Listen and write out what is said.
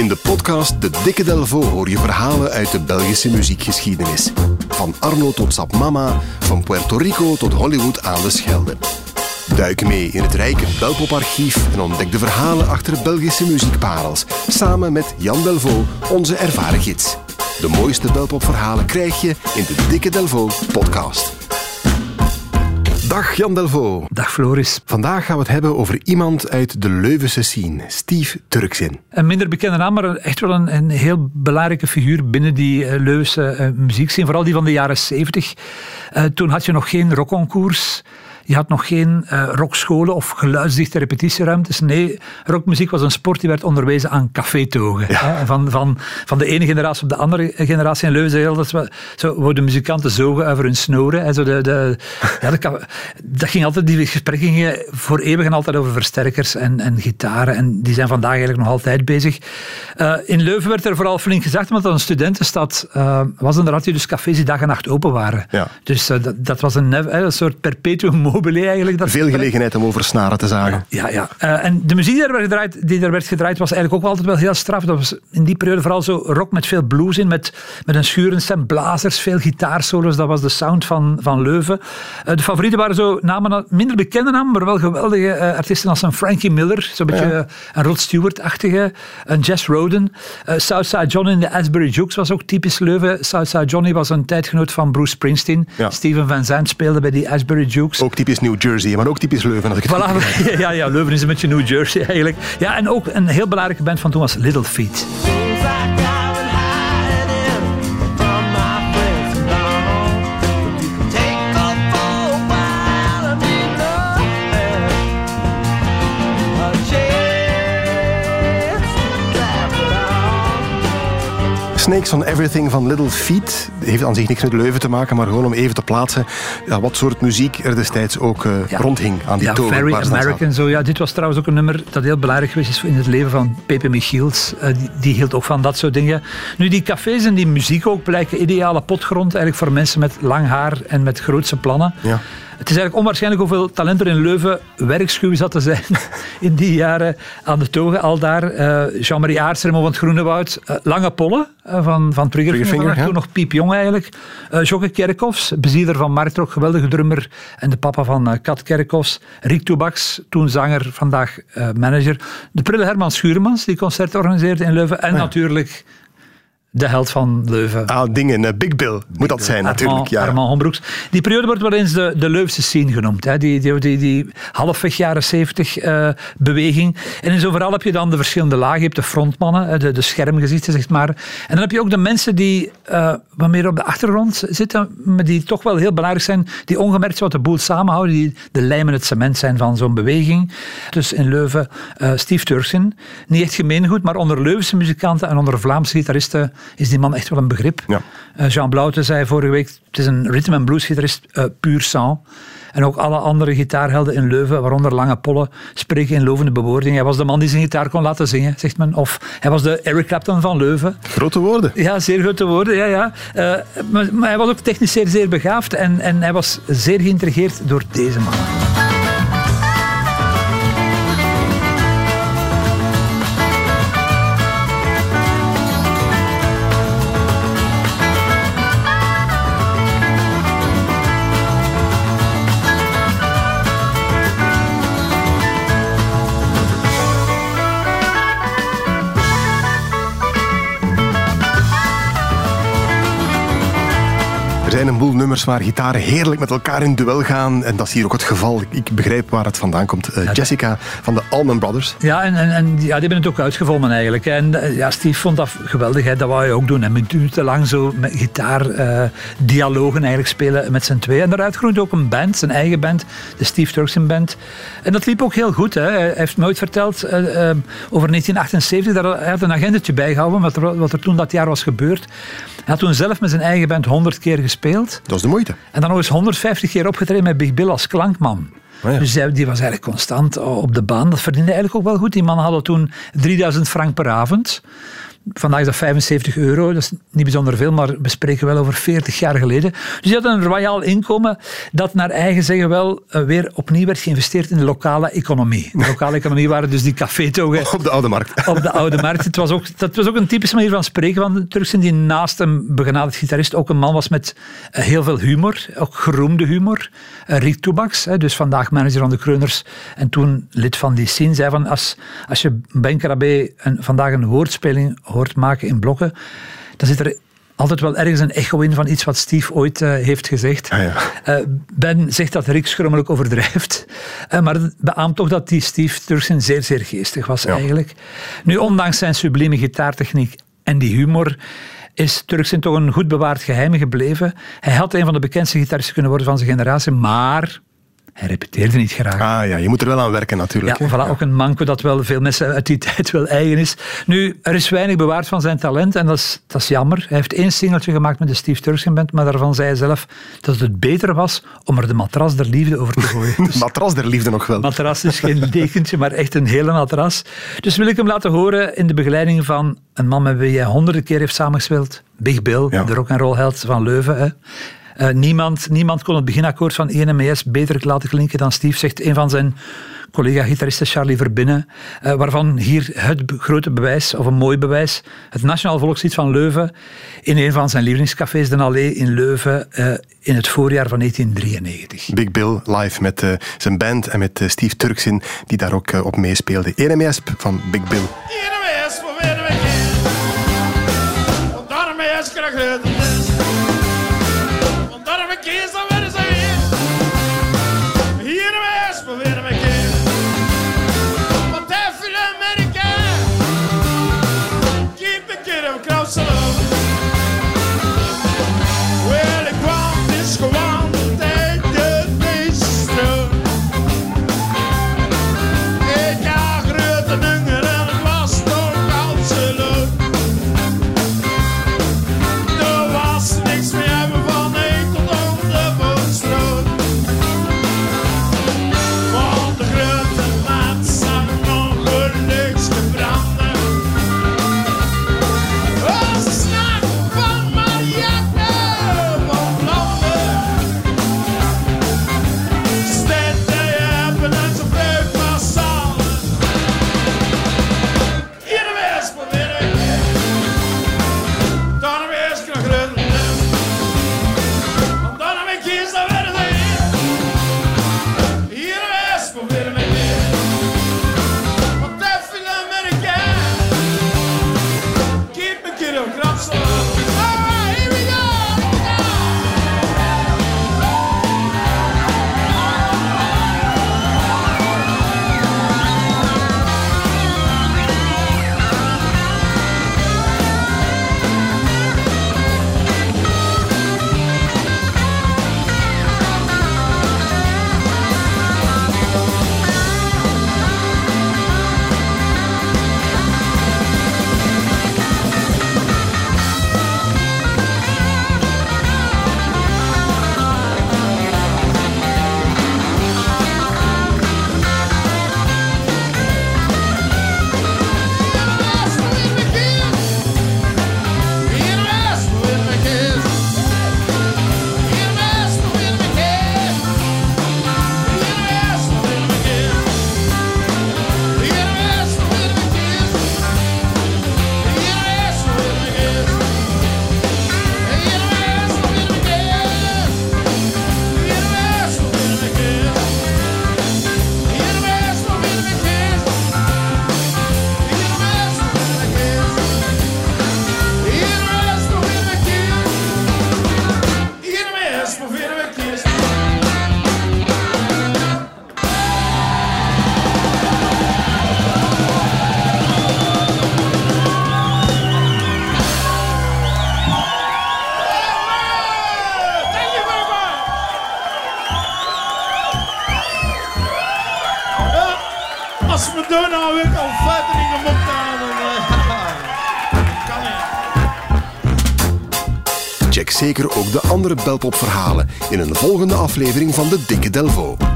In de podcast De Dikke Delvaux hoor je verhalen uit de Belgische muziekgeschiedenis. Van Arno tot Sap Mama, van Puerto Rico tot Hollywood aan de Schelde. Duik mee in het rijke Belpoparchief en ontdek de verhalen achter Belgische muziekparels. Samen met Jan Delvaux, onze ervaren gids. De mooiste Belpopverhalen krijg je in de Dikke Delvaux podcast. Dag Jan Delvaux. Dag Floris. Vandaag gaan we het hebben over iemand uit de Leuvense scene, Steve Turkson. Een minder bekende naam, maar echt wel een heel belangrijke figuur binnen die Leuvense muziekscene. Vooral die van de jaren 70. Toen had je nog geen rockconcours. Je had nog geen rockscholen of geluidsdichte repetitieruimtes. Nee, rockmuziek was een sport die werd onderwezen aan cafétogen. Ja. Van de ene generatie op de andere generatie in Leuven. Zo worden muzikanten zogen over hun snoren. Dat ging altijd, die gesprekken gingen voor eeuwig en altijd over versterkers en gitaren. En die zijn vandaag eigenlijk nog altijd bezig. In Leuven werd er vooral flink gezegd, omdat het een studentenstad was. En daar had je dus cafés die dag en nacht open waren. Ja. Dus dat was een soort perpetuum mobile eigenlijk. Veel gelegenheid om over snaren te zagen. Ja. En de muziek die daar werd gedraaid was eigenlijk ook altijd wel heel straf. Dat was in die periode vooral zo rock met veel blues in, met een schurende stem, blazers, veel gitaarsolos. Dat was de sound van Leuven. De favorieten waren zo namen, minder bekende namen, maar wel geweldige artiesten als een Frankie Miller, zo'n beetje een Rod Stewart-achtige, een Jess Roden. Southside Johnny in de Asbury Jukes was ook typisch Leuven. Southside Johnny was een tijdgenoot van Bruce Springsteen. Ja. Steven Van Zandt speelde bij die Asbury Jukes. Ook typisch New Jersey, maar ook typisch Leuven. Als ik het voilà, ja, Leuven is een beetje New Jersey eigenlijk. Ja, en ook een heel belangrijke band van toen was Little Feat. Snakes on Everything van Little Feat heeft aan zich niks met Leuven te maken, maar gewoon om even te plaatsen wat soort muziek er destijds ook rondhing aan die toren. Very American. Zo, dit was trouwens ook een nummer dat heel belangrijk geweest is in het leven van Pepe Michiels. Die hield ook van dat soort dingen. Nu, die cafés en die muziek ook blijken ideale potgrond eigenlijk voor mensen met lang haar en met grootse plannen. Ja. Het is eigenlijk onwaarschijnlijk hoeveel talent er in Leuven werkschuw zat te zijn in die jaren aan de togen. Al daar Jean-Marie Aerts, Remo van het Groenewoud, Lange Polle van Triggerfinger, toen nog piepjong eigenlijk. Jocke Kerkhoffs, bezieler van Marktrock, geweldige drummer en de papa van Kat Kerkhoffs. Rick Toebaks, toen zanger, vandaag manager. De prille Herman Schuurmans, die concert organiseerde in Leuven. En natuurlijk de held van Leuven. Dingen, Big Bill moet dat zijn natuurlijk. Armand Hombroeks. Die periode wordt wel eens de Leuvense scene genoemd. Hè. Die halfweg jaren 70 beweging. En in zo'n verhaal heb je dan de verschillende lagen. Je hebt de frontmannen, de schermgezichten, zeg maar. En dan heb je ook de mensen die wat meer op de achtergrond zitten, maar die toch wel heel belangrijk zijn, die ongemerkt wat de boel samenhouden, die de lijm en het cement zijn van zo'n beweging. Dus in Leuven Steve Turkson. Niet echt gemeengoed, maar onder Leuvense muzikanten en onder Vlaamse gitaristen is die man echt wel een begrip. Ja. Jean Blaute zei vorige week, het is een rhythm and blues gitarist puur sang. En ook alle andere gitaarhelden in Leuven, waaronder Lange Polle, spreken in lovende bewoordingen. Hij was de man die zijn gitaar kon laten zingen, zegt men. Of hij was de Eric Clapton van Leuven. Grote woorden. Ja, zeer grote woorden, ja. Maar hij was ook technisch zeer begaafd en hij was zeer geïntrigeerd door deze man. Er zijn een boel nummers waar gitaren heerlijk met elkaar in duel gaan. En dat is hier ook het geval. Ik begrijp waar het vandaan komt. Jessica van de Allman Brothers. Ja, en die hebben het ook uitgevonden eigenlijk. En Steve vond dat geweldig. Hè. Dat wou je ook doen. En minuten lang zo met gitaardialogen eigenlijk spelen met z'n tweeën. En daaruit groeide ook een band, zijn eigen band. De Steve Turkson Band. En dat liep ook heel goed. Hè. Hij heeft me ooit verteld over 1978. Hij had een agendetje bijgehouden wat er toen dat jaar was gebeurd. Hij had toen zelf met zijn eigen band 100 keer gespeeld. Dat is de moeite. En dan nog eens 150 keer opgetreden met Big Bill als klankman. Oh ja. Dus die was eigenlijk constant op de baan. Dat verdiende eigenlijk ook wel goed. Die mannen hadden toen 3000 frank per avond. Vandaag is dat €75. Dat is niet bijzonder veel, maar we spreken wel over 40 jaar geleden. Dus die hadden een royaal inkomen dat naar eigen zeggen wel weer opnieuw werd geïnvesteerd in de lokale economie. De lokale economie waren dus die cafétogen. Op de Oude Markt. Op de Oude Markt. Dat was ook een typische manier van spreken van Turksen, die naast een begenadigd gitarist ook een man was met heel veel humor, ook geroemde humor. Riek Toebaks, dus vandaag manager van de Kreuners en toen lid van die scene, zei van als je Ben Krabbe vandaag een woordspeling hoort maken in blokken, dan zit er altijd wel ergens een echo in van iets wat Steve ooit heeft gezegd. Ah, ja. Ben zegt dat Rick schrommelijk overdrijft, maar het beaamt toch dat die Steve Turksen zeer, zeer geestig was eigenlijk. Nu, ondanks zijn sublieme gitaartechniek en die humor is Turksen toch een goed bewaard geheim gebleven. Hij had een van de bekendste gitaristen kunnen worden van zijn generatie, maar hij repeteerde niet graag. Ah ja, je moet er wel aan werken natuurlijk. Ja, voilà, ook een manco dat wel veel mensen uit die tijd wel eigen is. Nu, er is weinig bewaard van zijn talent en dat is jammer. Hij heeft 1 singeltje gemaakt met de Steve Turksen Band, maar daarvan zei hij zelf dat het beter was om er de matras der liefde over te gooien. Dus, matras der liefde nog wel. Matras is geen dekentje, maar echt een hele matras. Dus wil ik hem laten horen in de begeleiding van een man met wie hij 100 keer heeft samengespeeld. Big Bill, de rock'n'roll held van Leuven. Hè. Niemand kon het beginakkoord van ENMS beter laten klinken dan Steve, zegt een van zijn collega-gitaristen Charlie Verbinnen, waarvan hier het grote bewijs, of een mooi bewijs, het Nationaal Volkslied van Leuven in een van zijn lievelingscafés, de Allee in Leuven, in het voorjaar van 1993. Big Bill live met zijn band en met Steve Turksen, die daar ook op meespeelde. ENMS van Big Bill. ENMS voor weer de weg. Want daarmee is graag kies dan weer eens hier. Hier wees, maar weer een keer. Want even in Amerika. Keep een keer een krautsel op. Wel, ik kwam, het is gewoon de tijd, de feeststroom. Ik ga grote dingen en het was toch absoluut. Er was niks meer hebben van Als we doen nou weer confetti in de mond kan niet. Check zeker ook de andere Belpop-verhalen in een volgende aflevering van de Dikke Delvaux.